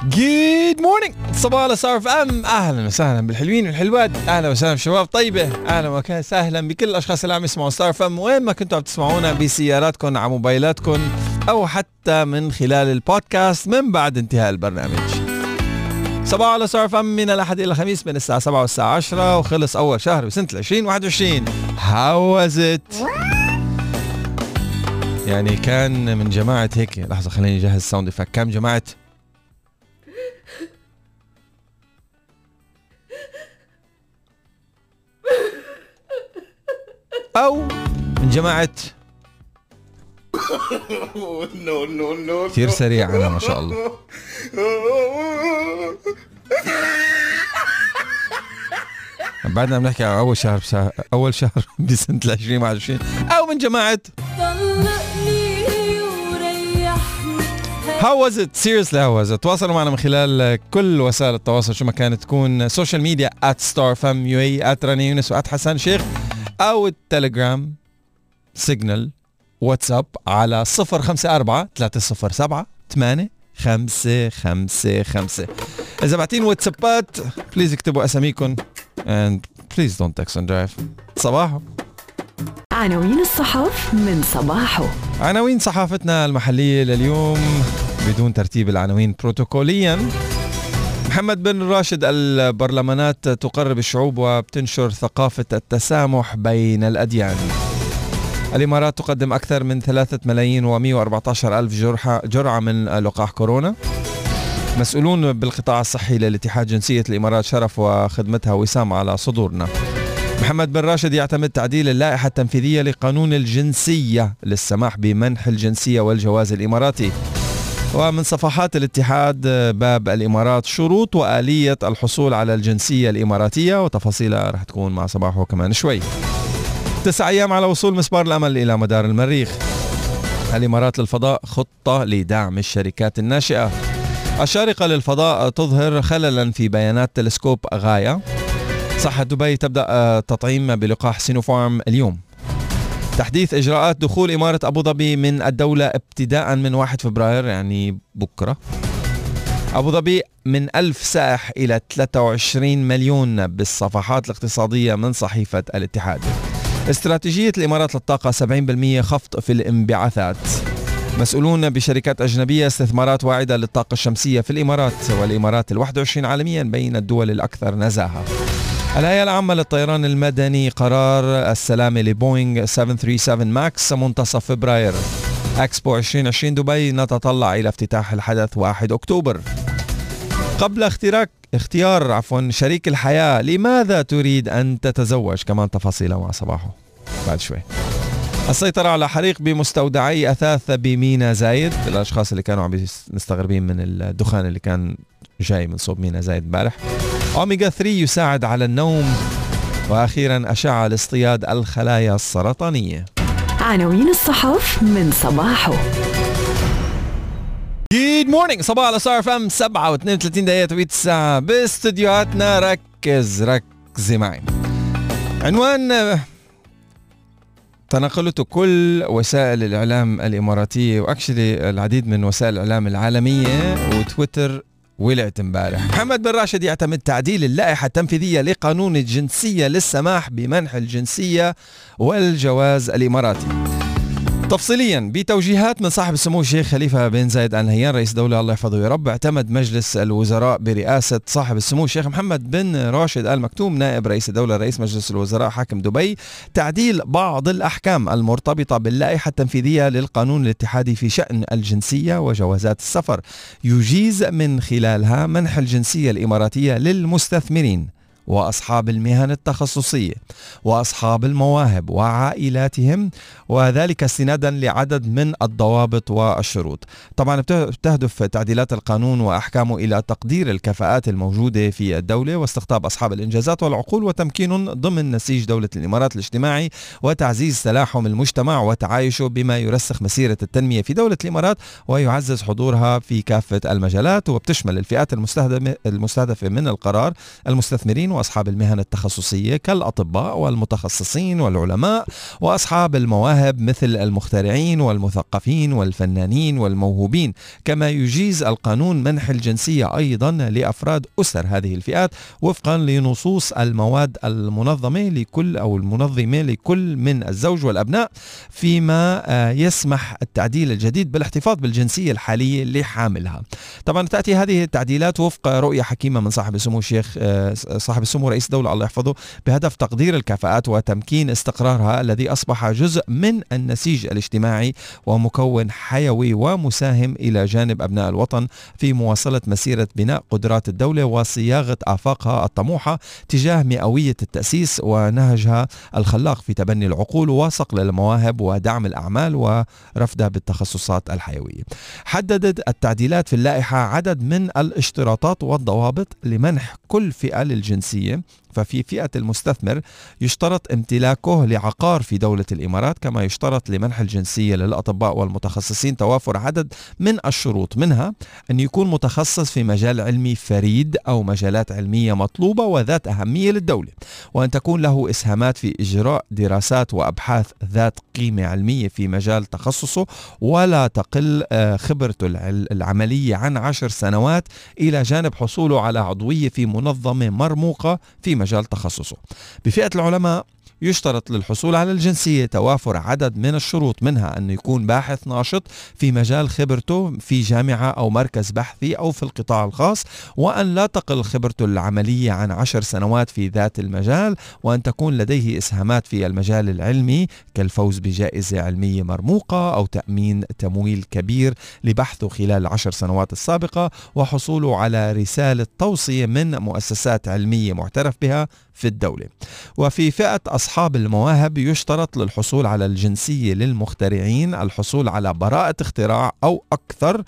جود مورنينج، صباح على صار اف ام. اهلا وسهلا بالحلوين والحلوات، اهلا وسهلا بشباب طيبه، اهلا وسهلا بكل الاشخاص اللي عم يسمعوا ستار اف ام وين ما كنتوا عم تسمعونا، بسياراتكم، على موبايلاتكم، او حتى من خلال البودكاست من بعد انتهاء البرنامج. صباح على ستار اف ام من الاحد الى الخميس من الساعه 7 والساعه 10، وخلص اول شهر بسنه 2021. هاو واز ات؟ يعني كان من جماعه هيك، لحظه خليني اجهز ساوند افكت. كان جماعه أو من جماعة كثير سريع أنا ما شاء الله. بعدنا بنحكي عن أول شهر بسنة 2021. أو من جماعة How was it? Seriously how was it? تواصلوا معنا من خلال كل وسائل التواصل شو ما كانت تكون، سوشيال ميديا @starfmua @راني_يونس @حسن شيخ، أو التليجرام، سيجنال، واتساب على 054-307-8555. إذا بعتين واتسابات بليز اكتبوا أساميكم and please don't text and drive. صباحو. عناوين الصحف من صباحو. عناوين صحافتنا المحلية لليوم بدون ترتيب العناوين بروتوكوليا. محمد بن راشد: البرلمانات تقرب الشعوب وبتنشر ثقافة التسامح بين الأديان. الإمارات تقدم أكثر من 3,114,000 جرعة من لقاح كورونا. مسؤولون بالقطاع الصحي للاتحاد جنسية الإمارات شرف وخدمتها وسام على صدورنا. محمد بن راشد يعتمد تعديل اللائحة التنفيذية لقانون الجنسية للسماح بمنح الجنسية والجواز الإماراتي. ومن صفحات الاتحاد باب الإمارات: شروط وآلية الحصول على الجنسية الإماراتية، وتفاصيلها رح تكون مع صباحه كمان شوي. 9 أيام على وصول مسبار الأمل إلى مدار المريخ. الإمارات للفضاء خطة لدعم الشركات الناشئة. الشارقة للفضاء تظهر خللا في بيانات تلسكوب غاية. صحة دبي تبدأ تطعيم بلقاح سينوفارم اليوم. تحديث إجراءات دخول إمارة أبو ظبي من الدولة ابتداء من 1 فبراير يعني بكرة. أبو ظبي من 1000 سائح إلى 23 مليون بالصفحات الاقتصادية من صحيفة الاتحاد. استراتيجية الإمارات للطاقة: 70% خفض في الانبعاثات. مسؤولون بشركات أجنبية: استثمارات واعدة للطاقة الشمسية في الإمارات، والإمارات 21 عالميا بين الدول الأكثر نزاهة. الهيئة العامة للطيران المدني: قرار السلامة لبوينغ 737 ماكس منتصف فبراير. أكسبو 2020 دبي: نتطلع إلى افتتاح الحدث 1 أكتوبر. قبل اختيار شريك الحياة، لماذا تريد أن تتزوج؟ كمان تفاصيلها مع صباحه بعد شوي. السيطرة على حريق بمستودعي أثاث بمينا زايد. الأشخاص اللي كانوا عم مستغربين من الدخان اللي كان جاي من صوب مينا زايد امبارح. أوميجا 3 يساعد على النوم. وأخيرا أشعة لاصطياد الخلايا السرطانية. عناوين الصحف من صباحو. جود مورنينج، صباح على ستار اف ام. 7:32 توقيت الساعة باستديوهاتنا. ركزي معي. عنوان تناقلته كل وسائل الإعلام الإماراتية، وأكشلي العديد من وسائل الإعلام العالمية، وتويتر ولعت امبارح. محمد بن راشد يعتمد تعديل اللائحة التنفيذية لقانون الجنسية للسماح بمنح الجنسية والجواز الإماراتي. تفصيليا بتوجيهات من صاحب السمو الشيخ خليفة بن زايد آل نهيان رئيس الدولة الله يحفظه ويا رب، اعتمد مجلس الوزراء برئاسة صاحب السمو الشيخ محمد بن راشد آل مكتوم نائب رئيس الدولة رئيس مجلس الوزراء حاكم دبي تعديل بعض الأحكام المرتبطة باللائحة التنفيذية للقانون الاتحادي في شأن الجنسية وجوازات السفر، يجيز من خلالها منح الجنسية الإماراتية للمستثمرين وأصحاب المهن التخصصية وأصحاب المواهب وعائلاتهم، وذلك استنادا لعدد من الضوابط والشروط. طبعا بتهدف تعديلات القانون وأحكامه إلى تقدير الكفاءات الموجودة في الدولة واستقطاب أصحاب الإنجازات والعقول وتمكينهم ضمن نسيج دولة الإمارات الاجتماعي وتعزيز تلاحم المجتمع وتعايشه، بما يرسخ مسيرة التنمية في دولة الإمارات ويعزز حضورها في كافة المجالات، وبتشمل الفئات المستهدفة من القرار: المستثمرين وأصحاب المهن التخصصية كالأطباء والمتخصصين والعلماء وأصحاب المواهب مثل المخترعين والمثقفين والفنانين والموهوبين. كما يجيز القانون منح الجنسية أيضا لأفراد أسر هذه الفئات وفقا لنصوص المواد المنظمة لكل من الزوج والأبناء، فيما يسمح التعديل الجديد بالاحتفاظ بالجنسية الحالية لحاملها. طبعا تأتي هذه التعديلات وفق رؤية حكيمة من صاحب السمو صاحب السمو رئيس الدولة الله يحفظه بهدف تقدير الكفاءات وتمكين استقرارها الذي أصبح جزء من النسيج الاجتماعي ومكون حيوي ومساهم إلى جانب أبناء الوطن في مواصلة مسيرة بناء قدرات الدولة وصياغة آفاقها الطموحة تجاه مئوية التأسيس ونهجها الخلاق في تبني العقول وصقل المواهب ودعم الأعمال ورفدها بالتخصصات الحيوية. حددت التعديلات في اللائحة عدد من الاشتراطات والضوابط لمنح كل فئة للجنسية. ففي فئة المستثمر يشترط امتلاكه لعقار في دولة الإمارات، كما يشترط لمنح الجنسية للأطباء والمتخصصين توافر عدد من الشروط، منها أن يكون متخصص في مجال علمي فريد أو مجالات علمية مطلوبة وذات أهمية للدولة، وأن تكون له إسهامات في إجراء دراسات وأبحاث ذات قيمة علمية في مجال تخصصه، ولا تقل خبرته العملية عن 10 سنوات، إلى جانب حصوله على عضوية في منظمة مرموقة في مجال تخصصه. بفئة العلماء يشترط للحصول على الجنسية توافر عدد من الشروط، منها أن يكون باحث ناشط في مجال خبرته في جامعة أو مركز بحثي أو في القطاع الخاص، وأن لا تقل خبرته العملية عن 10 سنوات في ذات المجال، وأن تكون لديه إسهامات في المجال العلمي كالفوز بجائزة علمية مرموقة أو تأمين تمويل كبير لبحثه خلال 10 سنوات السابقة، وحصوله على رسالة توصية من مؤسسات علمية معترف بها في الدولة. وفي فئة أصحاب المواهب يشترط للحصول على الجنسية للمخترعين الحصول على براءة اختراع أو أكثر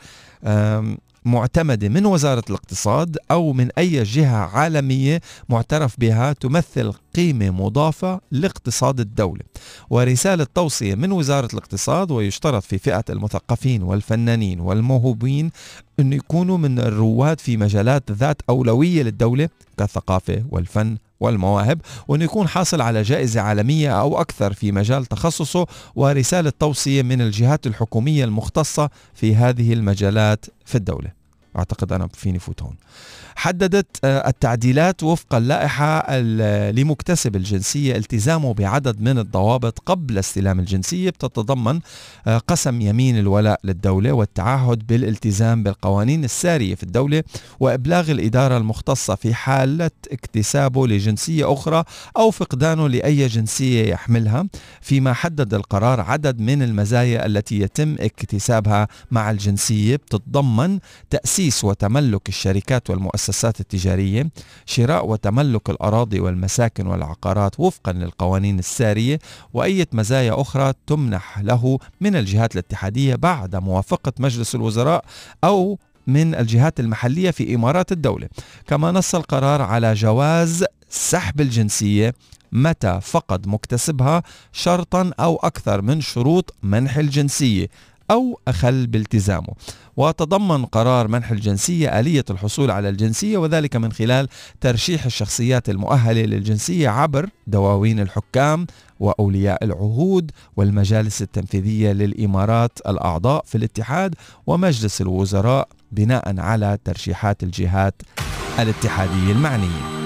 معتمدة من وزارة الاقتصاد أو من أي جهة عالمية معترف بها تمثل قيمة مضافة لاقتصاد الدولة، ورسالة توصية من وزارة الاقتصاد. ويشترط في فئة المثقفين والفنانين والموهوبين أن يكونوا من الرواد في مجالات ذات أولوية للدولة كالثقافة والفن والمواهب، وأن يكون حاصل على جائزة عالمية أو أكثر في مجال تخصصه، ورسالة توصية من الجهات الحكومية المختصة في هذه المجالات في الدولة. أعتقد أنا فيني فوت هون. حددت التعديلات وفق اللائحة لمكتسب الجنسية التزامه بعدد من الضوابط قبل استلام الجنسية، بتتضمن قسم يمين الولاء للدولة والتعهد بالالتزام بالقوانين السارية في الدولة، وإبلاغ الإدارة المختصة في حالة اكتسابه لجنسية أخرى أو فقدانه لأي جنسية يحملها. فيما حدد القرار عدد من المزايا التي يتم اكتسابها مع الجنسية، بتتضمن تأسيس وتملك الشركات والمؤسسات التجارية، شراء وتملك الأراضي والمساكن والعقارات وفقا للقوانين السارية، وأي مزايا أخرى تمنح له من الجهات الاتحادية بعد موافقة مجلس الوزراء أو من الجهات المحلية في إمارات الدولة. كما نص القرار على جواز سحب الجنسية متى فقد مكتسبها شرطا أو أكثر من شروط منح الجنسية أو أخل بالتزامه. وتضمن قرار منح الجنسية آلية الحصول على الجنسية، وذلك من خلال ترشيح الشخصيات المؤهلة للجنسية عبر دواوين الحكام وأولياء العهود والمجالس التنفيذية للإمارات الأعضاء في الاتحاد ومجلس الوزراء بناء على ترشيحات الجهات الاتحادية المعنية.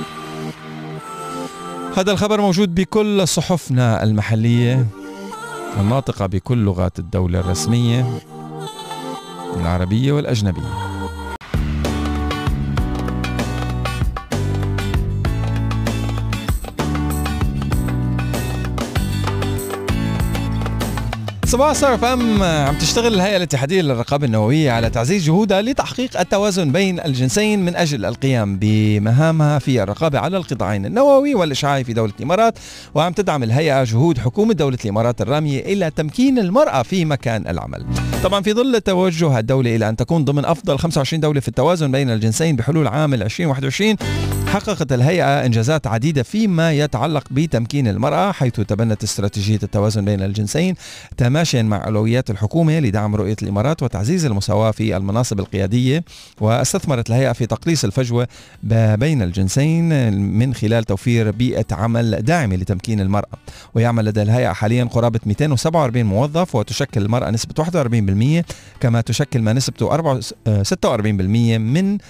هذا الخبر موجود بكل صحفنا المحلية الناطقة بكل لغات الدولة الرسمية العربية والأجنبية. صباح صار فهم. عم تشتغل الهيئة الاتحادية للرقابة النووية على تعزيز جهودها لتحقيق التوازن بين الجنسين من أجل القيام بمهامها في الرقابة على القطاعين النووي والإشعاعي في دولة الإمارات. وعم تدعم الهيئة جهود حكومة دولة الإمارات الرامية إلى تمكين المرأة في مكان العمل. طبعا في ظل توجه الدولة إلى أن تكون ضمن أفضل 25 دولة في التوازن بين الجنسين بحلول عام 2021، حققت الهيئة إنجازات عديدة فيما يتعلق بتمكين المرأة، حيث تبنت استراتيجية التوازن بين الجنسين تماشيا مع أولويات الحكومة لدعم رؤية الإمارات وتعزيز المساواة في المناصب القيادية. واستثمرت الهيئة في تقليص الفجوة بين الجنسين من خلال توفير بيئة عمل داعمة لتمكين المرأة. ويعمل لدى الهيئة حاليا قرابة 247 موظف، وتشكل المرأة نسبة 41%، كما تشكل ما نسبته 46% من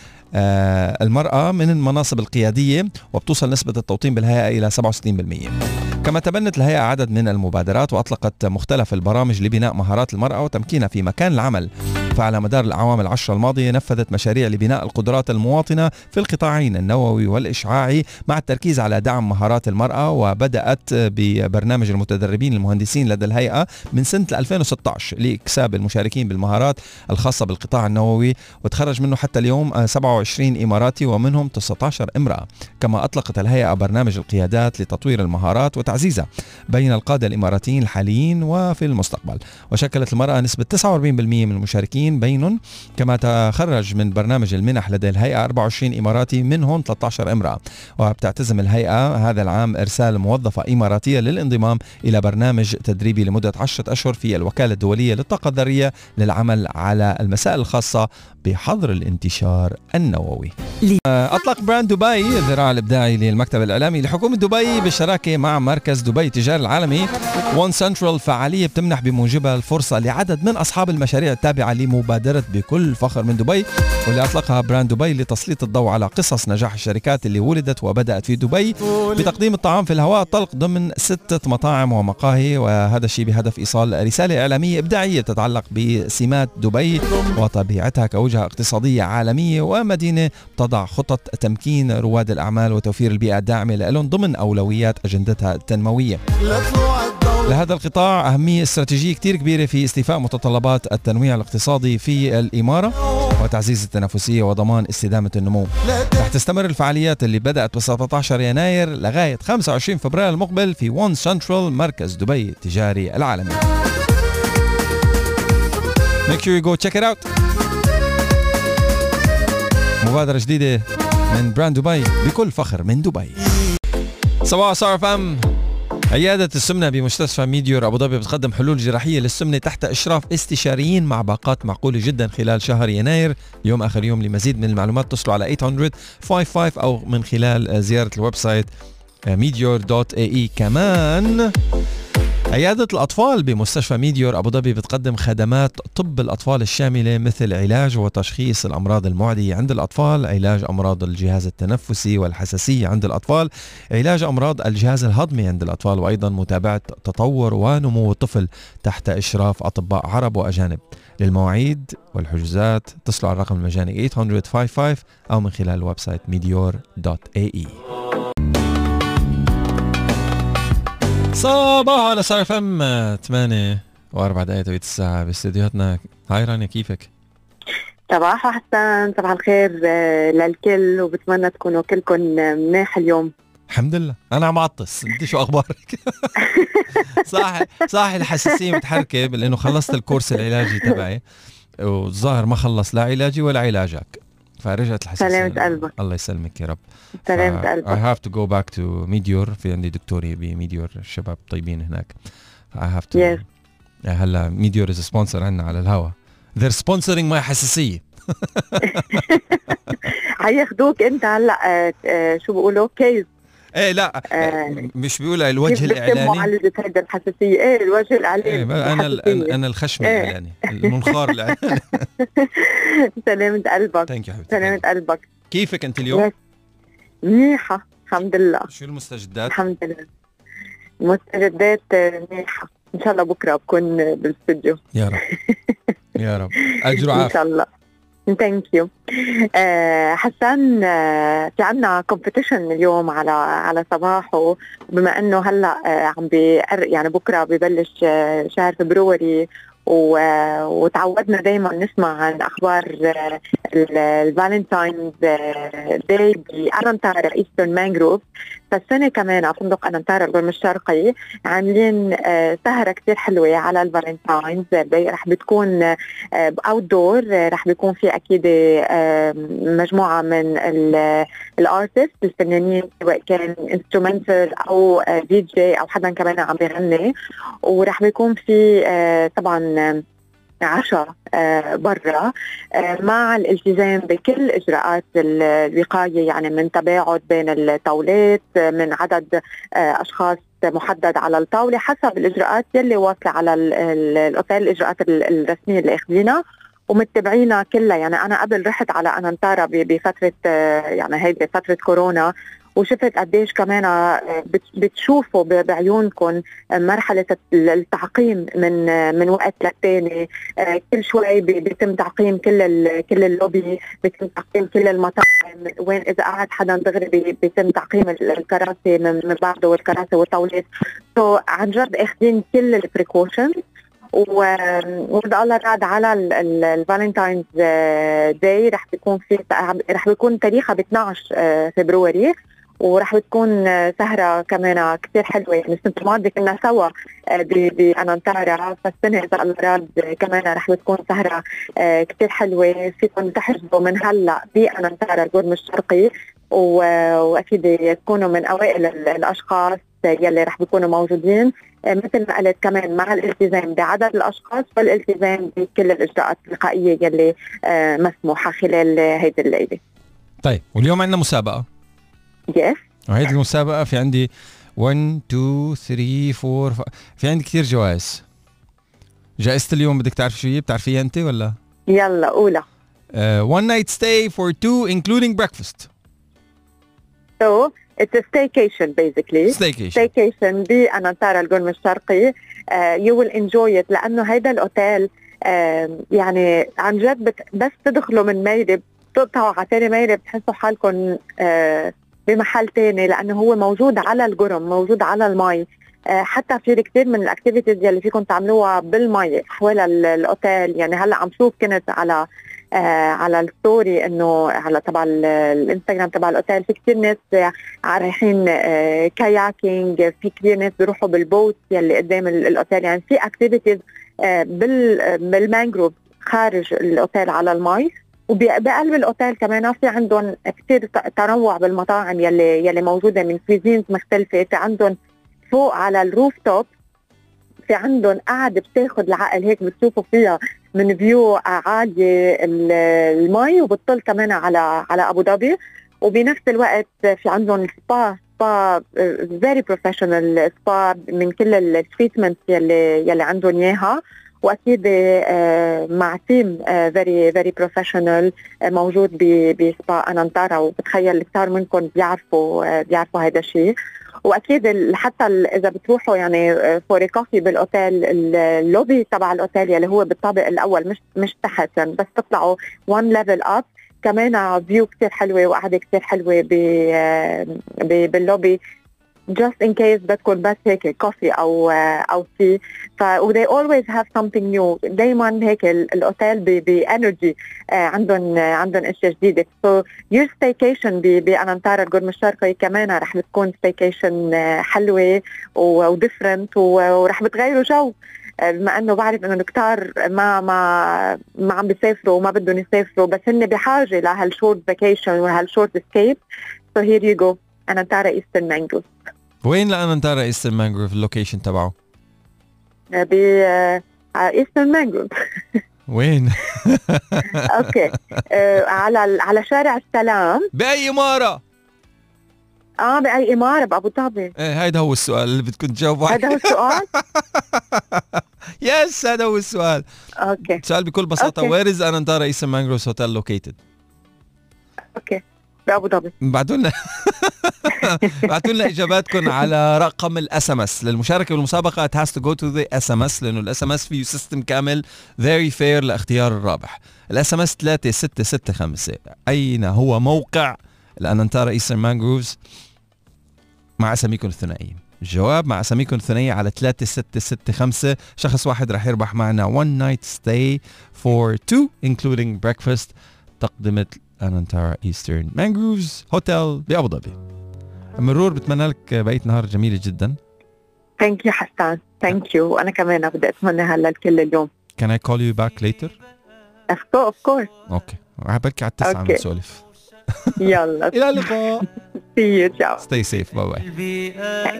المرأة من المناصب القيادية، وبتوصل نسبة التوطين بالهيئة إلى 67%. كما تبنت الهيئة عدد من المبادرات وأطلقت مختلف البرامج لبناء مهارات المرأة وتمكينها في مكان العمل. فعلى مدار الأعوام 10 الماضية نفذت مشاريع لبناء القدرات المواطنة في القطاعين النووي والإشعاعي مع التركيز على دعم مهارات المرأة. وبدأت ببرنامج المتدربين المهندسين لدى الهيئة من سنة 2016 لإكساب المشاركين بالمهارات الخاصة بالقطاع النووي، وتخرج منه حتى اليوم 27 إماراتي ومنهم 19 امرأة. كما أطلقت الهيئة برنامج القيادات لتطوير المهارات وتعزيزها بين القادة الإماراتيين الحاليين وفي المستقبل. وشكلت المرأة نسبة 49% من المشاركين بينهم. كما تخرج من برنامج المنح لدى الهيئة 24 إماراتي منهم 13 امرأة. وبتعتزم الهيئة هذا العام إرسال موظفة إماراتية للانضمام إلى برنامج تدريبي لمدة 10 أشهر في الوكالة الدولية للطاقة الذرية للعمل على المسائل الخاصة بحظر الانتشار النووي. أطلق براند دبي الذراع الإبداعي للمكتب الإعلامي لحكومة دبي بالشراكة مع مركز دبي التجاري العالمي وان سنترال، فعالية بتمنح بموجبها الفرصة لعدد من أصحاب المشاريع التابعة لمبادرة بكل فخر من دبي، واللي أطلقها براند دبي لتسليط الضوء على قصص نجاح الشركات اللي ولدت وبدأت في دبي بتقديم الطعام في الهواء الطلق ضمن 6 مطاعم ومقاهي. وهذا الشيء بهدف إيصال رسالة إعلامية إبداعية تتعلق بسمات دبي وطبيعتها كوجهة اقتصادية عالمية ومدينة تضع خطط تمكين رواد الأعمال وتوفير البيئة الداعمة لهم ضمن أولويات أجندتها التنموية. لهذا القطاع أهمية استراتيجية كتير كبيرة في استيفاء متطلبات التنويع الاقتصادي في الإمارة وتعزيز التنافسية وضمان استدامة النمو. رح تستمر الفعاليات اللي بدأت ب 17 يناير لغاية 25 فبراير المقبل في وان سنترال مركز دبي التجاري العالمي. Make sure you go check it out. مبادرة جديدة من براند دبي بكل فخر من دبي. صباح صار فم. عيادة السمنة بمستشفى ميديور أبو ظبي بتقدم حلول جراحية للسمنة تحت إشراف استشاريين مع باقات معقولة جدا خلال شهر يناير. اليوم آخر يوم. لمزيد من المعلومات اتصلوا على 800-55 أو من خلال زيارة الويب سايت meteor.ae. كمان عيادة الأطفال بمستشفى ميديور أبو ظبي بتقدم خدمات طب الأطفال الشاملة مثل علاج وتشخيص الأمراض المعدية عند الأطفال، علاج أمراض الجهاز التنفسي والحساسية عند الأطفال، علاج أمراض الجهاز الهضمي عند الأطفال، وأيضا متابعة تطور ونمو الطفل تحت إشراف أطباء عرب وأجانب. للمواعيد والحجوزات اتصلوا على الرقم المجاني 800-55 أو من خلال الويب سايت meteor.ae. صباح على صار فم 8:04 توقيت الساعة باستديوهاتنا. هاي رانيا كيفك؟ صباح حسن، صباح الخير للكل، وبتمنى تكونوا كلكم منيح اليوم. الحمد لله. أنا عم أعطس، انت شو أخبارك؟ صاحي الحساسية متحركة لأنه خلصت الكورس العلاجي تبعي والظاهر ما خلص لا علاجي ولا علاجك، فرجعت الحساسية. سلامة قلبك. الله يسلمك يا رب. سلامة قلبك. I have to go back to Meteor. في عندي دكتوري بميديور، الشباب طيبين هناك. I have to. Yes. هلا ميديور is a sponsor عنا على الهوا. They're sponsoring my حساسية. هياخدوك انت هلا شو بيقولوا كيس. ايه لا مش بيقول الوجه الاعلاني معالجة هيدا الحساسية. ايه الوجه الاعلاني. ايه انا الخشم الاعلاني المنخار الاعلاني. سلامة قلبك. ثانك يو حبيبتي. سلامة قلبك. كيفك انت اليوم؟ منيحة الحمد لله. شو المستجدات؟ الحمد لله المستجدات منيحة. ان شاء الله بكره بكون بالاستوديو. يا رب يا رب. اجر وعافية ان شاء الله. ثانك يو. حسن، في عنا كومبيتيشن اليوم على صباحه، بما انه هلا عم يعني بكره ببلش شهر فبراير، وتعودنا دايما نسمع عن اخبار الفالنتاينز داي بأرنتارا ايسترن مانجروف. فالسنة كمان فندق أنانتارا القرم الشرقي عاملين سهرة كتير حلوة على الفالنتاينز. رح بتكون اوت دور، رح بيكون في أكيد مجموعة من الارتست الفنانين سواء كان انسترومنتال أو دي جي أو حدا كمان عم بيغني، ورح بيكون في طبعا عشاء برا مع الالتزام بكل إجراءات الوقاية، يعني من تباعد بين الطاولات، من عدد أشخاص محدد على الطاولة حسب الإجراءات يلي واصلة على الأوتيل، الإجراءات الرسمية اللي أخذينها ومتبعينا كلها. يعني أنا قبل رحت على أنانتارا بفترة يعني هيدي فترة كورونا، وشفت قديش كمان بتشوفوا بعيونكم مرحلة التعقيم من وقت للتاني. كل شوي بيتم تعقيم كل اللوبي، بيتم تعقيم كل المطاعم، وين إذا قاعد حدا دغري بيتم تعقيم الكراسي من بعده والكراسي والطاولات. عن جد اخذين كل البريكوشنز. وإذا الله راد على الفالنتاينز داي رح بيكون تاريخها ب 12 فبراير، ورح بتكون سهرة كمان كتير حلوة. يعني السنة الماضية كنا سوا بأنانتارا، فالسنة إذا الله راد كمان رح بتكون سهرة كتير حلوة. فيكم تحجزوا من هلأ بأنانتارا القرم الشرقي، وأكيد تكونوا من أوائل الأشخاص يلي رح بيكونوا موجودين، مثل ما قلت كمان مع الالتزام بعدد الأشخاص والالتزام بكل الإجراءات الوقائية يلي مسموحة خلال هيدي الليلة. طيب، واليوم عندنا مسابقة. يس. وهيدي المسابقة في عندي 1 2 3 4 في عندي كتير جوائز. جائزة اليوم بدك تعرف شو هي؟ بتعرفيها أنت ولا؟ يلا قولها. One night stay for two including breakfast. So it's a staycation basically. Staycation بأنانتارا القرم الشرقي. You will enjoy it لأنه هيدا الأوتيل يعني عن جد بس تدخلوا من ميلة تقطعوا على تاني ميلة بتحسوا حالكم بمحل تاني، لأنه هو موجود على القرم، موجود على المي. حتى في كثير من الاكتيفيتيز اللي فيكم تعملوها بالمي حول الأوتيل. يعني هلا عم شوف كنت على الستوري انه على تبع الانستغرام تبع الاوتيل في كثير ناس رايحين كاياكينج، في كثير ناس بيروحوا بالبوت يلي قدام الاوتيل. يعني في اكتيفيتيز بالمانجروف خارج الاوتيل على المي، وبقلب الاوتيل كمان في عندهم كثير تنوع بالمطاعم يلي موجوده من كويزينز مختلفه. في عندهم فوق على الروف توب في عندهم قاعده بتاخذ العقل هيك بتشوفوا فيها من فيو عالي المي، وبتطل كمان على ابو ظبي. وبنفس الوقت في عندهم سبا فيري بروفيشنال سبا من كل التريتمنت يلي عندهم اياها، واكيد مع تيم فيري بروفيشنال موجود بسبا أنانتارا. وبتخيل كثير منكم بيعرفوا هذا الشيء. واكيد حتى اذا بتروحوا يعني فور كوفي بالاوتيل، اللوبي تبع الاوتيل يلي هو بالطابق الاول مش تحت، يعني بس تطلعوا 1 ليفل اب كمان فيو كتير حلوه وقعده كتير حلوه باللوبي just in case بدكم بس هيك كوفي او تي. they always have something new. دايما هيك الاوتيل بانرجي عندهم اشياء جديده. so your staycation بأنانتارا القرم الشرقي كمان رح بتكون staycation حلوه وديفرنت، ورح بتغيروا جو. بما انه بعرف انه كتار ما عم بيسافروا وما بدهم يسافروا، بس هن بحاجه لهالشورت فاكيشن وهالشورت اسكيب. so here you go أنانتارا ايسترن مانجروف. وين لأنانتارا ايسترن مانجروف اللوكيشن تبعه؟ ايسترن مانجروف. وين؟ اوكي على شارع السلام. بأي إمارة؟ بأي إمارة؟ بأبو ظبي. هيدا هو السؤال اللي بدكم تجاوبوا عليه. هذا هو السؤال؟ يس هذا هو السؤال. اوكي. السؤال بكل بساطة where is أنانتارا ايسترن مانجروف hotel located؟ اوكي بأبو ظبي. بعتوا لنا اجاباتكم على رقم الاس ام اس للمشاركه بالمسابقه. it has to go to the SMS لانه الاس ام اس فيه سيستم كامل very fair لاختيار الرابح. الاس ام اس 3665. اين هو موقع الأنانتارا ايسترن مانجروفز مع اساميكم الثنائيه؟ الجواب مع اساميكم الثنائيه على 3665. شخص واحد راح يربح معنا one night stay for two including breakfast تقدمت أنانتارا ايسترن مانجروفز هوتيل بأبو ظبي. مرور بتمنى لك بقية نهار جميلة جدا. ثانك يو حسان، ثانك يو. وأنا كمان بدي أتمنى هلا الكل اليوم. Can I call you back later? Of course. اوكي، بلكي على 9 بنسولف. يلا إلى اللقاء. see you, ciao. Stay safe. باي باي.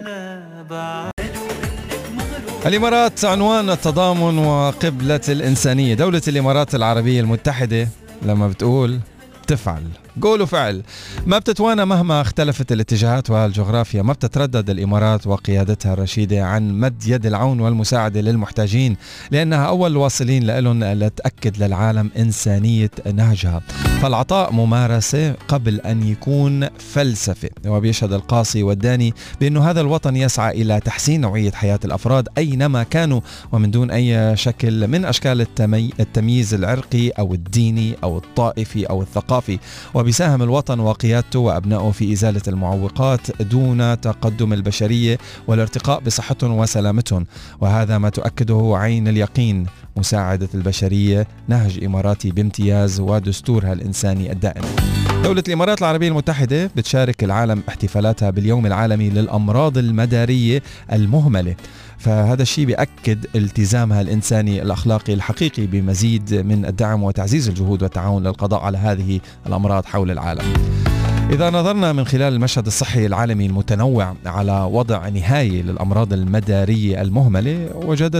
الإمارات عنوان التضامن وقبلة الإنسانية. دولة الإمارات العربية المتحدة لما بتقول تفعل، قول وفعل، ما بتتوانى مهما اختلفت الاتجاهات والجغرافيا. ما بتتردد الإمارات وقيادتها الرشيدة عن مد يد العون والمساعدة للمحتاجين، لأنها أول الواصلين لهم لتأكد للعالم إنسانية نهجها. فالعطاء ممارسة قبل أن يكون فلسفة. وبيشهد القاصي والداني بأن هذا الوطن يسعى إلى تحسين نوعية حياة الأفراد أينما كانوا، ومن دون أي شكل من أشكال التمييز العرقي أو الديني أو الطائفي أو الثقافي. وبيساهم الوطن وقيادته وأبنائه في إزالة المعوقات دون تقدم البشرية والارتقاء بصحتهم وسلامتهم، وهذا ما تؤكده عين اليقين مساعدة البشرية، نهج إماراتي بامتياز ودستورها الإنساني الدائم. دولة الإمارات العربية المتحدة بتشارك العالم احتفالاتها باليوم العالمي للأمراض المدارية المهملة، فهذا الشيء بيأكد التزامها الإنساني الأخلاقي الحقيقي بمزيد من الدعم وتعزيز الجهود والتعاون للقضاء على هذه الأمراض حول العالم. إذا نظرنا من خلال المشهد الصحي العالمي المتنوع على وضع نهاية للأمراض المدارية المهملة،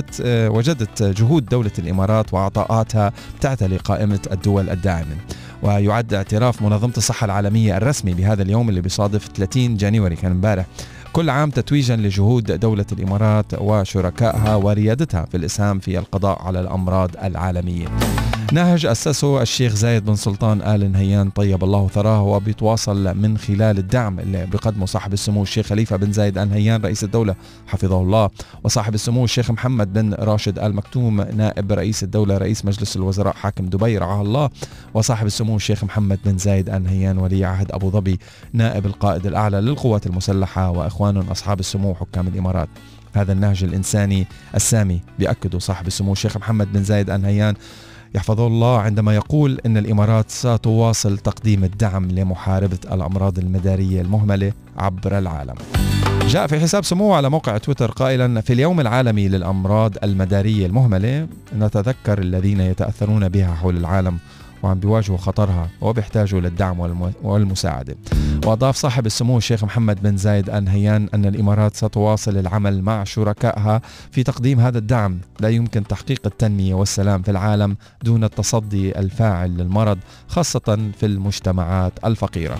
وجدت جهود دولة الإمارات وعطاءاتها تعتلي قائمة الدول الداعمة. ويعد اعتراف منظمة الصحة العالمية الرسمي بهذا اليوم اللي بيصادف 30 جانيوري كان امبارح كل عام تتويجا لجهود دولة الإمارات وشركائها وريادتها في الإسهام في القضاء على الأمراض العالمية. نهج أسسه الشيخ زايد بن سلطان آل نهيان طيب الله ثراه، وبيتواصل من خلال الدعم اللي بيقدمه صاحب السمو الشيخ خليفة بن زايد آل نهيان رئيس الدولة حفظه الله، وصاحب السمو الشيخ محمد بن راشد آل مكتوم نائب رئيس الدولة رئيس مجلس الوزراء حاكم دبي رعاه الله، وصاحب السمو الشيخ محمد بن زايد آل نهيان ولي عهد أبو ظبي نائب القائد الأعلى للقوات المسلحة، وإخوان أصحاب السمو حكام الإمارات. هذا النهج الإنساني السامي بيأكده صاحب السمو الشيخ محمد بن زايد آل نهيان يحفظه الله عندما يقول إن الإمارات ستواصل تقديم الدعم لمحاربة الأمراض المدارية المهملة عبر العالم. جاء في حساب سموه على موقع تويتر قائلا: في اليوم العالمي للأمراض المدارية المهملة نتذكر الذين يتأثرون بها حول العالم وعم بيواجهوا خطرها وبيحتاجوا للدعم والمساعدة. وأضاف صاحب السمو الشيخ محمد بن زايد آل نهيان أن الإمارات ستواصل العمل مع شركائها في تقديم هذا الدعم. لا يمكن تحقيق التنمية والسلام في العالم دون التصدي الفاعل للمرض، خاصة في المجتمعات الفقيرة.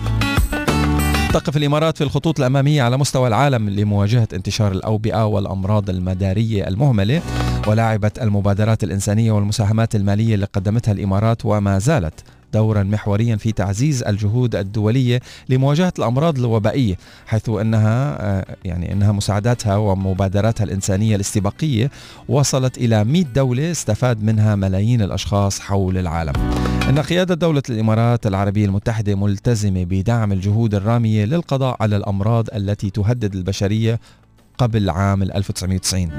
تقف الإمارات في الخطوط الأمامية على مستوى العالم لمواجهة انتشار الأوبئة والأمراض المدارية المهملة، ولعبت المبادرات الإنسانية والمساهمات المالية اللي قدمتها الإمارات وما زالت دورا محوريا في تعزيز الجهود الدولية لمواجهة الأمراض الوبائية، حيث أنها مساعداتها ومبادراتها الإنسانية الاستباقية وصلت إلى 100 دولة استفاد منها ملايين الأشخاص حول العالم. إن قيادة دولة الإمارات العربية المتحدة ملتزمة بدعم الجهود الرامية للقضاء على الأمراض التي تهدد البشرية قبل عام 1990.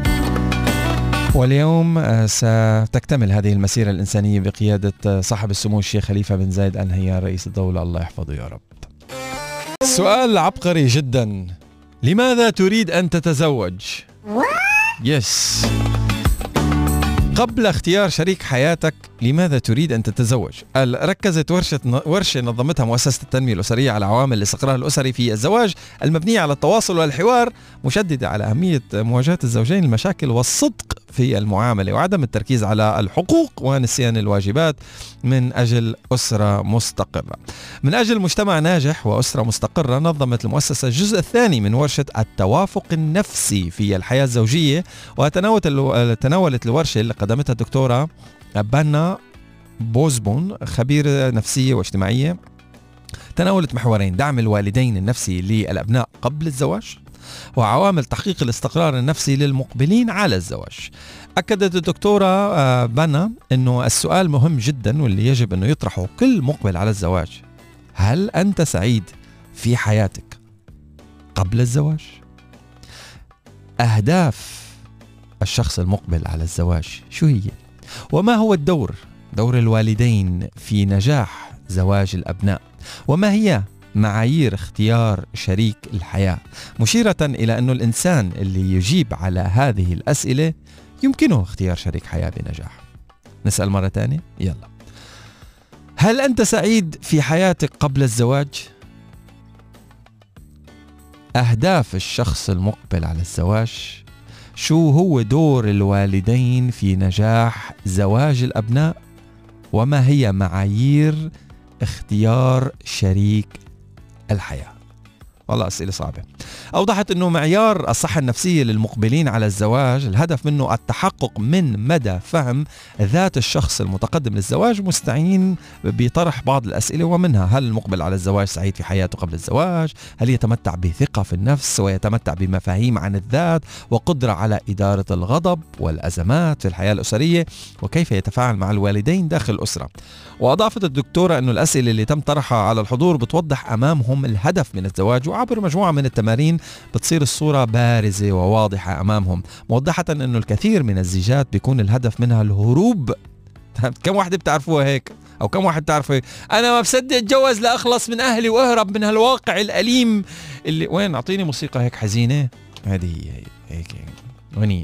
واليوم ستكتمل هذه المسيرة الإنسانية بقيادة صاحب السمو الشيخ خليفة بن زايد آل نهيان رئيس الدولة، الله يحفظه يا رب. سؤال عبقري جدا: لماذا تريد أن تتزوج؟ يس. قبل اختيار شريك حياتك لماذا تريد أن تتزوج؟ ركزت ورشة نظمتها مؤسسة التنمية الأسرية على عوامل الاستقرار الأسري في الزواج المبنية على التواصل والحوار، مشددة على أهمية مواجهة الزوجين المشاكل والصدق في المعاملة وعدم التركيز على الحقوق ونسيان الواجبات من أجل أسرة مستقرة. من أجل مجتمع ناجح وأسرة مستقرة نظمت المؤسسة الجزء الثاني من ورشة التوافق النفسي في الحياة الزوجية، وتناولت الورشة اللي قدمتها الدكتورة بانا بوزبون خبيرة نفسية واجتماعية، تناولت محورين: دعم الوالدين النفسي للأبناء قبل الزواج، وعوامل تحقيق الاستقرار النفسي للمقبلين على الزواج. أكدت الدكتورة بانا أنه السؤال مهم جدا واللي يجب أنه يطرحه كل مقبل على الزواج: هل أنت سعيد في حياتك قبل الزواج؟ أهداف الشخص المقبل على الزواج شو هي؟ وما هو دور الوالدين في نجاح زواج الأبناء؟ وما هي معايير اختيار شريك الحياة، مشيرة إلى أن الإنسان اللي يجيب على هذه الأسئلة يمكنه اختيار شريك حياة بنجاح. نسأل مرة تانية، يلا. هل أنت سعيد في حياتك قبل الزواج؟ أهداف الشخص المقبل على الزواج، شو هو دور الوالدين في نجاح زواج الأبناء؟ وما هي معايير اختيار شريك الحياة؟ والله أسئلة صعبة. أوضحت أنه معيار الصحة النفسية للمقبلين على الزواج الهدف منه التحقق من مدى فهم ذات الشخص المتقدم للزواج، مستعين بطرح بعض الأسئلة، ومنها: هل المقبل على الزواج سعيد في حياته قبل الزواج؟ هل يتمتع بثقة في النفس ويتمتع بمفاهيم عن الذات وقدرة على إدارة الغضب والأزمات في الحياة الأسرية؟ وكيف يتفاعل مع الوالدين داخل الأسرة؟ وأضافت الدكتورة أنه الأسئلة اللي تم طرحها على الحضور بتوضح أمامهم الهدف من الزواج، وعبر مجموعة من التمارين بتصير الصورة بارزة وواضحة أمامهم، موضحة أنه الكثير من الزيجات بيكون الهدف منها الهروب. كم واحدة بتعرفوها هيك؟ أو كم واحد تعرفه هيك؟ أنا ما بصدق أتجوز لأخلص من أهلي وأهرب من هالواقع الأليم اللي وين. أعطيني موسيقى هيك حزينة. هذه هيك غنية.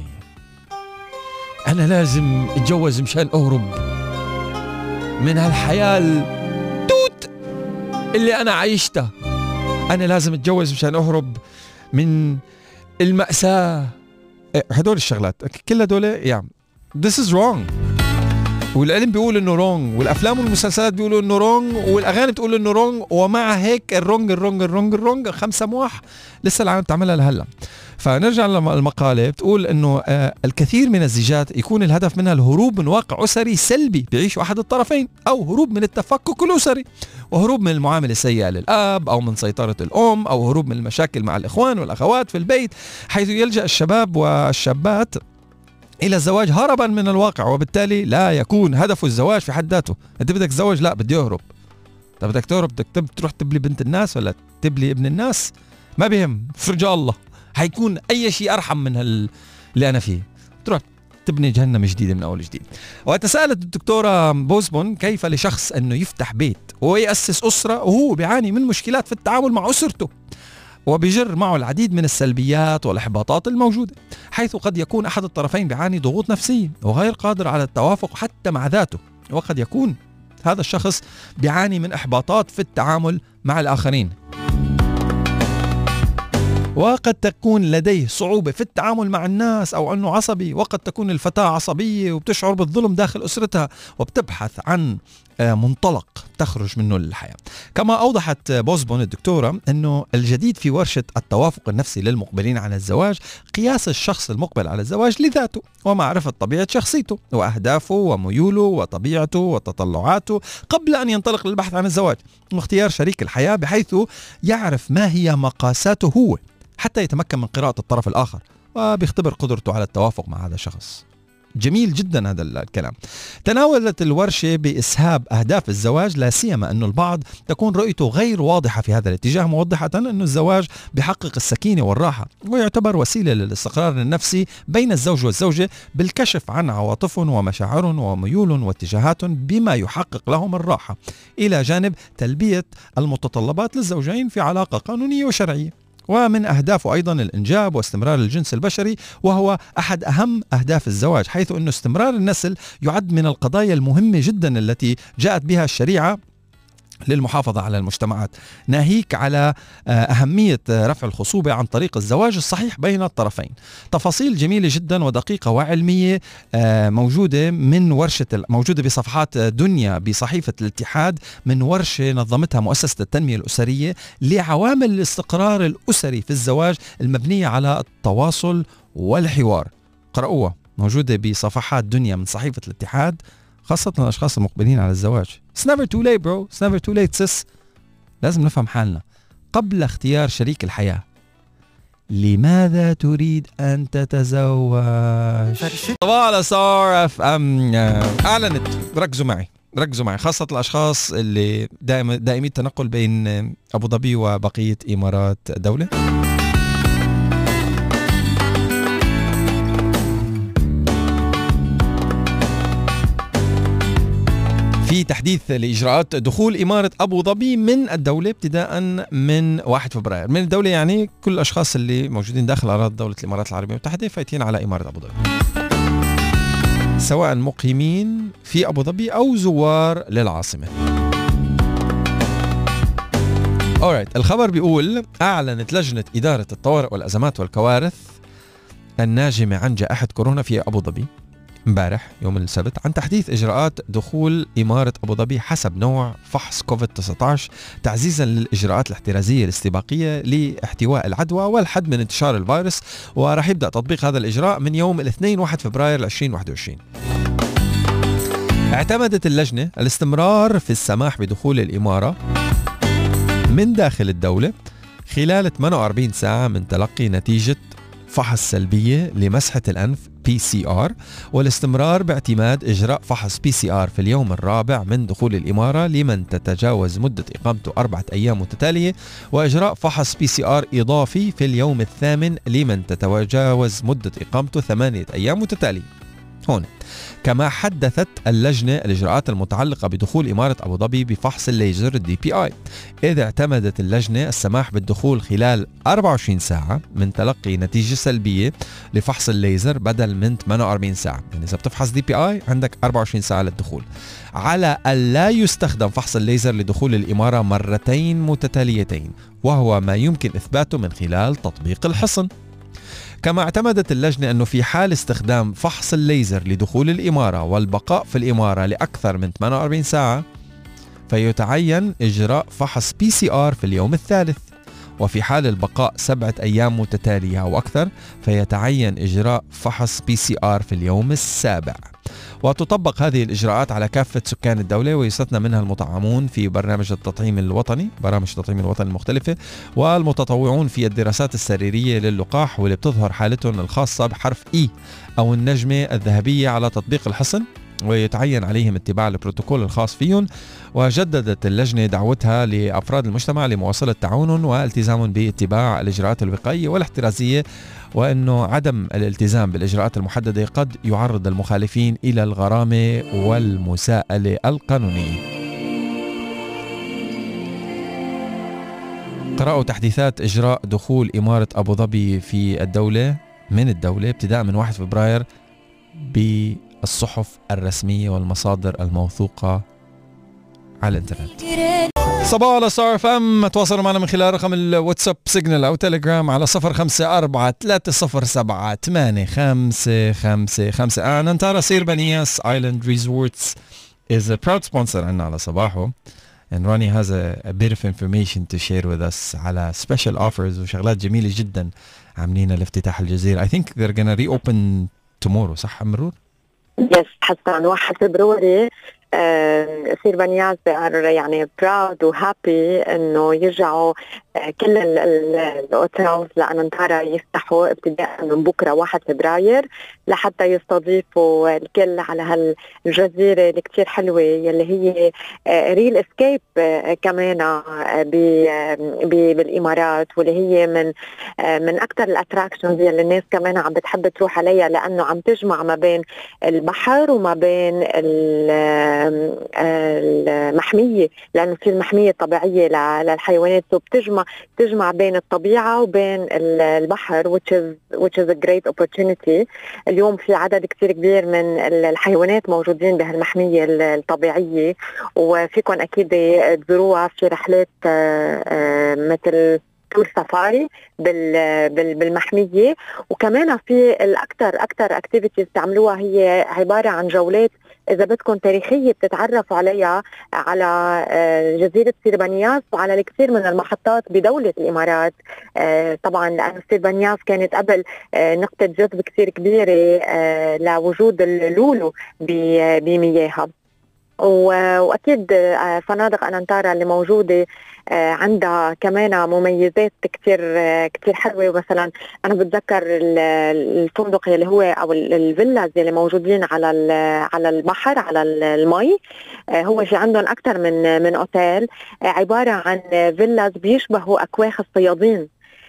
أنا لازم أتجوز مشان أهرب من هالحياة التوت اللي أنا عايشتها. أنا لازم أتجوز مشان أهرب من المأساة. هدول الشغلات كلها دول يعني this is wrong، والعلم بيقول إنه wrong، والأفلام والمسلسلات بيقولوا إنه wrong، والأغاني بتقول إنه wrong، ومع هيك الرونج 5 مواح لسه العالم بتعملها لهلا. فنرجع للمقالة، بتقول إنه الكثير من الزيجات يكون الهدف منها الهروب من واقع أسري سلبي بيعيشه أحد الطرفين، أو هروب من التفكك الأسري، وهروب من المعاملة السيئة للأب، أو من سيطرة الأم، أو هروب من المشاكل مع الإخوان والأخوات في البيت، حيث يلجأ الشباب والشابات إلى الزواج هربا من الواقع، وبالتالي لا يكون هدفه الزواج في حد ذاته. أنت بدك تزوج؟ لا، بدي أهرب. طب بدك تهرب، بدك تروح تبلي بنت الناس ولا تبلي ابن الناس؟ ما بهم، فرجاء الله حيكون أي شيء أرحم من اللي أنا فيه. تروح تبني جهنم جديدة من أول جديد. وتساءلت الدكتورة بوزبون كيف لشخص أنه يفتح بيت ويأسس أسرة وهو بيعاني من مشكلات في التعامل مع أسرته، وبيجر معه العديد من السلبيات والإحباطات الموجودة، حيث قد يكون أحد الطرفين بيعاني ضغوط نفسية وغير قادر على التوافق حتى مع ذاته، وقد يكون هذا الشخص بيعاني من إحباطات في التعامل مع الآخرين، وقد تكون لديه صعوبة في التعامل مع الناس، أو أنه عصبي، وقد تكون الفتاة عصبية وبتشعر بالظلم داخل أسرتها وبتبحث عن منطلق تخرج منه للحياة. كما أوضحت بوزبون الدكتورة أنه الجديد في ورشة التوافق النفسي للمقبلين على الزواج قياس الشخص المقبل على الزواج لذاته ومعرفة طبيعة شخصيته وأهدافه وميوله وطبيعته وتطلعاته قبل أن ينطلق للبحث عن الزواج، واختيار شريك الحياة بحيث يعرف ما هي مقاساته هو حتى يتمكن من قراءة الطرف الآخر وبيختبر قدرته على التوافق مع هذا الشخص. جميل جدا هذا الكلام. تناولت الورشة بإسهاب أهداف الزواج، لا سيما أن البعض تكون رؤيته غير واضحة في هذا الاتجاه، موضحة أن الزواج بيحقق السكينة والراحة ويعتبر وسيلة للاستقرار النفسي بين الزوج والزوجة بالكشف عن عواطفهم ومشاعرهم وميولهم واتجاهاتهم بما يحقق لهم الراحة، إلى جانب تلبية المتطلبات للزوجين في علاقة قانونية وشرعية. ومن أهدافه أيضا الإنجاب واستمرار الجنس البشري، وهو أحد أهم أهداف الزواج، حيث أن استمرار النسل يعد من القضايا المهمة جدا التي جاءت بها الشريعة للمحافظة على المجتمعات، ناهيك على أهمية رفع الخصوبة عن طريق الزواج الصحيح بين الطرفين. تفاصيل جميلة جدا ودقيقة وعلمية موجودة من ورشة، موجودة بصفحات دنيا بصحيفة الاتحاد، من ورشة نظمتها مؤسسة التنمية الأسرية لعوامل الاستقرار الأسري في الزواج المبنية على التواصل والحوار. قرأوها، موجودة بصفحات دنيا من صحيفة الاتحاد، خاصة الأشخاص المقبلين على الزواج. It's never too late bro, it's never too late sis. لازم نفهم حالنا قبل اختيار شريك الحياة. لماذا تريد أن تتزوج؟ طبعا على صار اف ام أعلنت، ركزوا معي خاصة الأشخاص اللي دائمي التنقل بين أبو ظبي وبقية إمارات دولة. في تحديث لإجراءات دخول إمارة أبو ظبي من الدولة ابتداء من 1 فبراير. من الدولة يعني كل الأشخاص اللي موجودين داخل أراضي دولة الإمارات العربية المتحدة فايتين على إمارة أبو ظبي، سواء مقيمين في أبو ظبي أو زوار للعاصمة. الخبر بيقول: أعلنت لجنة إدارة الطوارئ والأزمات والكوارث الناجمة عن جائحة كورونا في أبو ظبي امبارح يوم السبت عن تحديث إجراءات دخول إمارة أبو ظبي حسب نوع فحص كوفيد-19 تعزيزا للإجراءات الاحترازية الاستباقية لاحتواء العدوى والحد من انتشار الفيروس، وراح يبدأ تطبيق هذا الإجراء من يوم الاثنين 1 فبراير 2021. اعتمدت اللجنة الاستمرار في السماح بدخول الإمارة من داخل الدولة خلال 48 ساعة من تلقي نتيجة فحص سلبية لمسحة الأنف PCR، والاستمرار باعتماد إجراء فحص PCR في اليوم الرابع من دخول الإمارة لمن تتجاوز مدة إقامته 4 أيام متتالية، وإجراء فحص PCR إضافي في اليوم الثامن لمن تتجاوز مدة إقامته 8 أيام متتالية. هون كما حدثت اللجنة الإجراءات المتعلقة بدخول إمارة أبو ظبي بفحص الليزر DPI، إذ اعتمدت اللجنة السماح بالدخول خلال 24 ساعة من تلقي نتيجة سلبية لفحص الليزر بدل من 48 ساعة. يعني إذا بتفحص DPI عندك 24 ساعة للدخول، على ألا يستخدم فحص الليزر لدخول الإمارة مرتين متتاليتين، وهو ما يمكن إثباته من خلال تطبيق الحصن. كما اعتمدت اللجنة أنه في حال استخدام فحص الليزر لدخول الإمارة والبقاء في الإمارة لأكثر من 48 ساعة فيتعين إجراء فحص PCR في اليوم الثالث، وفي حال البقاء 7 أيام متتالية أو أكثر فيتعين إجراء فحص PCR في اليوم السابع. وتطبق هذه الإجراءات على كافة سكان الدولة، ويستثنى منها المطعمون في برامج التطعيم الوطني المختلفة، والمتطوعون في الدراسات السريرية للقاح واللي بتظهر حالتهم الخاصة بحرف E أو النجمة الذهبية على تطبيق الحصن، ويتعين عليهم اتباع البروتوكول الخاص فيهم. وجددت اللجنة دعوتها لأفراد المجتمع لمواصلة تعاونهم والتزامهم باتباع الإجراءات الوقائية والاحترازية، وأنه عدم الالتزام بالإجراءات المحددة قد يعرض المخالفين إلى الغرامة والمساءلة القانونية. قرأوا تحديثات إجراء دخول إمارة أبو ظبي في الدولة من الدولة ابتداء من 1 فبراير بالصحف الرسمية والمصادر الموثوقة على الانترنت. صباح على ستار اف ام، تواصلوا معنا من خلال رقم الواتساب سيجنال او تيليجرام على 0543078555. نانتارا سير بنياس Island Resorts is a proud sponsor عنا على صباحه, and Ronnie has a bit of information to share with us على special offers وشغلات جميلة جدا عاملينها لافتتاح الجزيرة. I think they're gonna reopen tomorrow, صح مرور؟ Yes, حسن 1 فبراير سير بنياس يعني براود وهابي انه يرجعوا كل الاوتيلز لانانتارا يفتحوا ابتداء من بكره 1 فبراير لحتى يستضيفوا الكل على هالجزيره اللي كثير حلوه يلي هي ريل اسكيب كمان بالامارات, واللي هي من اكثر الاتراكشنز يلي الناس كمان عم بتحب تروح عليها, لانه عم تجمع ما بين البحر وما بين المحمية, لأنه في المحمية الطبيعية للحيوانات, بتجمع بين الطبيعة وبين البحر which is a great opportunity. اليوم في عدد كتير كبير من الحيوانات موجودين بهالمحمية الطبيعية, وفيكم أكيد تزوروها في رحلات مثل تور سفاري بالمحمية. وكمان في الأكثر اكتيفيتيز تعملوها هي عبارة عن جولات إذا بدكم تاريخية بتتعرفوا عليها على جزيرة سير بنياس وعلى الكثير من المحطات بدولة الإمارات. طبعا لأن سير بنياس كانت قبل نقطة جذب كثير كبيرة لوجود اللولو بمياهها, وأكيد فنادق أنانتارا اللي موجودة عندها كمان مميزات كتير حلوة. مثلا أنا بتذكر الفندق اللي هو أو الفيلاز اللي موجودين على البحر على المي, هو في عندهم أكتر من أوتيل عبارة عن فيلاز بيشبهوا أكواخ الصيادين.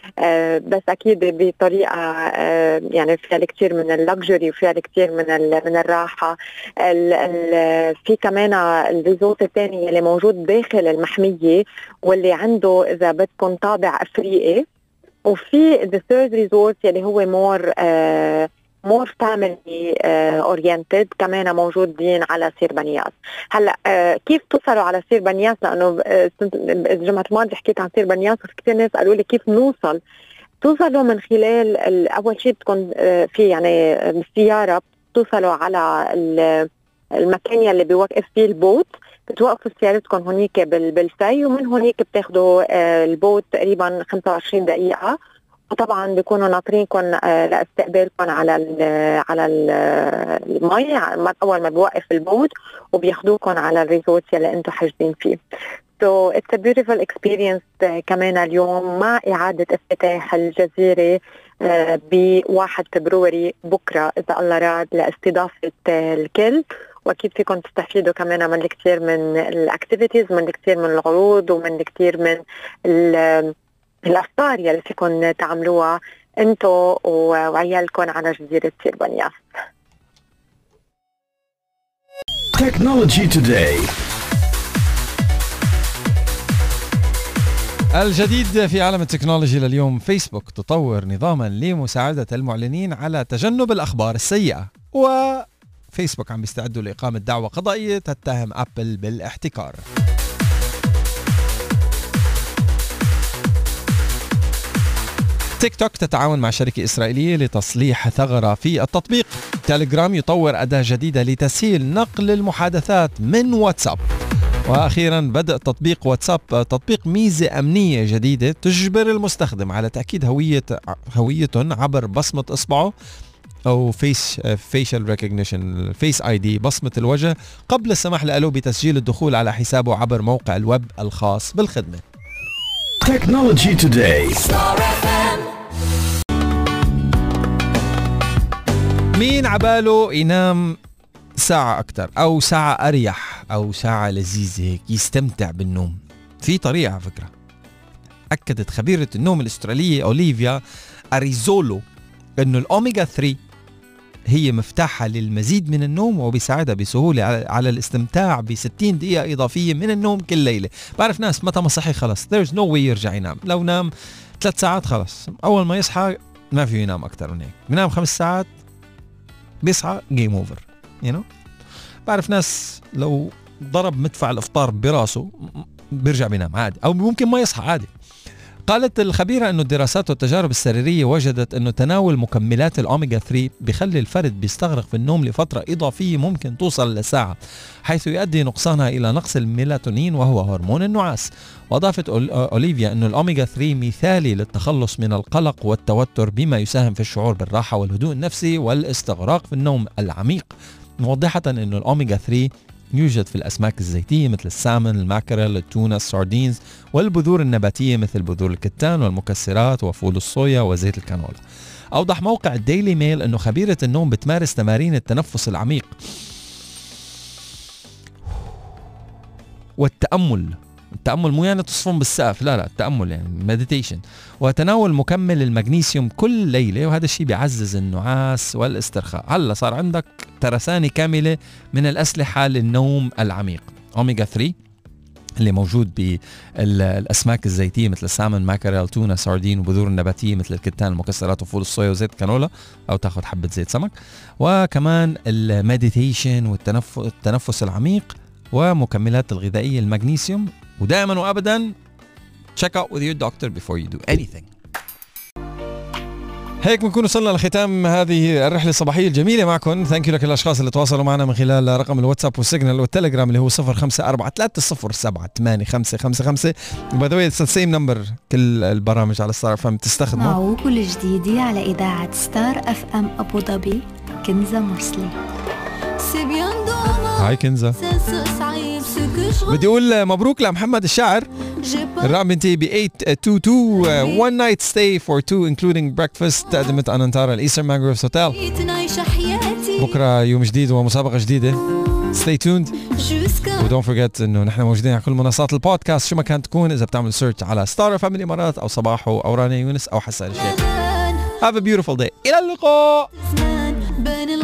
بس اكيد بطريقه يعني فيها الكثير من اللكجري وفيها الكثير من الراحه. في كمان الريزورت الثاني اللي موجود داخل المحميه واللي عنده اذا بدكم طابع افريقي، وفي the third resort اللي هو more family oriented كمان موجودين على سير بنياس. هلا كيف توصلوا على سير بنياس؟ لانه الجمعة الماضية حكيت عن سير بنياس وفي كثير ناس قالوا لي كيف توصلوا من خلال اول شيء بتكون في يعني بالسياره بتوصلوا على المكان اللي بيوقف فيه البوت، بتوقفوا سيارتكم هونيك بالفي، ومن هونيك بتاخدوا البوت تقريبا 25 دقيقة، وطبعا بيكونوا ناطرينكم لاستقبالكم على المي اول ما بيوقف البوت، وبياخدوكم على الريزورت اللي انتم حاجزين فيه. So it's a beautiful experience كمان اليوم مع إعادة افتتاح الجزيرة ب1 فبراير بكرة إذا الله راد لاستضافة الكل، وأكيد فيكم تستفيدوا كمان من الكثير من الأكتيفيتيز، من الكثير من العروض، ومن الكثير من الأفكار يلي فيكم تعملوها أنتوا وعيالكم على جزيرة سير بنياس. Technology Today. الجديد في عالم التكنولوجي لليوم، فيسبوك تطور نظاما لمساعدة المعلنين على تجنب الأخبار السيئة، وفيسبوك عم بيستعدوا لإقامة دعوة قضائية تتهم أبل بالاحتكار. تيك توك تتعاون مع شركة إسرائيلية لتصليح ثغرة في التطبيق. تيليجرام يطور أداة جديدة لتسهيل نقل المحادثات من واتساب. وأخيرا بدأ تطبيق واتساب تطبيق ميزة أمنية جديدة تجبر المستخدم على تأكيد هويتهم عبر بصمة إصبعه أو facial recognition face ID، بصمة الوجه، قبل السماح له بتسجيل الدخول على حسابه عبر موقع الويب الخاص بالخدمة. Technology Today. مين عباله ينام ساعة أكتر أو ساعة أريح أو ساعة لذيذة هيك يستمتع بالنوم؟ في طريقة على فكرة. أكدت خبيرة النوم الأسترالية أوليفيا أريزولو أنه الأوميغا 3 هي مفتاحها للمزيد من النوم، وبيساعدها بسهولة على الاستمتاع ب60 دقيقة إضافية من النوم كل ليلة. بعرف ناس متى ما صحي خلص there's no way يرجع ينام، لو نام 3 ساعات خلص أول ما يصحى ما فيه ينام أكتر من هيك، بينام 5 ساعات بيصحى game over you know. بعرف ناس لو ضرب مدفع الإفطار براسه بيرجع بينام عادي، أو ممكن ما يصحى عادي. قالت الخبيرة أنه الدراسات والتجارب السريرية وجدت أنه تناول مكملات الأوميغا 3 بيخلي الفرد بيستغرق في النوم لفترة إضافية ممكن توصل لساعة، حيث يؤدي نقصانها إلى نقص الميلاتونين وهو هرمون النعاس. وأضافت أوليفيا أنه الأوميغا 3 مثالي للتخلص من القلق والتوتر، بما يساهم في الشعور بالراحة والهدوء النفسي والاستغراق في النوم العميق، موضحة أنه الأوميغا 3 يوجد في الأسماك الزيتية مثل السامن، الماكريل، التونة، الساردينز، والبذور النباتية مثل بذور الكتان والمكسرات وفول الصويا وزيت الكانولا. أوضح موقع الديلي ميل أنه خبيرة النوم بتمارس تمارين التنفس العميق والتأمل. التأمل مو يعني تصفن بالسقف، لا التأمل يعني مديتيشن، وتناول مكمل المغنيسيوم كل ليلة، وهذا الشيء بيعزز النعاس والاسترخاء. هلا صار عندك ترسانة كاملة من الأسلحة للنوم العميق. أوميغا 3 اللي موجود بالأسماك الزيتية مثل السامن، ماكريل، تونة، ساردين، وبذور النباتية مثل الكتان، المكسرات، وفول الصويا وزيت كانولا، أو تاخد حبة زيت سمك. وكمان المديتيشن والتنفس العميق ومكملات الغذائية المغنيسيوم. ودائما وابدا check out with your doctor before you do anything. هيك بنكون وصلنا لختام هذه الرحلة الصباحية الجميلة معكم. ثانك يو لكل الأشخاص اللي تواصلوا معنا من خلال رقم الواتساب والسيجنال والتليجرام اللي هو 0543078555. by the way it's the same number كل البرامج على ستار اف ام تستخدمه. معوك الجديدة على إذاعة ستار اف ام أبو ظبي، كنزة مرسلي. هاي كنزة، بدي أقول مبروك لمحمد الشاعر. الرقم بنتهي ب 822. one night stay for two including breakfast تقدمت أنانتارا الإيسترن مانغروفز هوتيل. بكرة يوم جديد ومسابقة جديدة. stay tuned و don't forget انه نحن موجودين على كل منصات البودكاست شو ما كانت تكون اذا بتعمل سيرش على ستار اف ام الامارات او صباحو او رانيا يونس او حسان الشيخ. Have a beautiful day. الى اللقاء.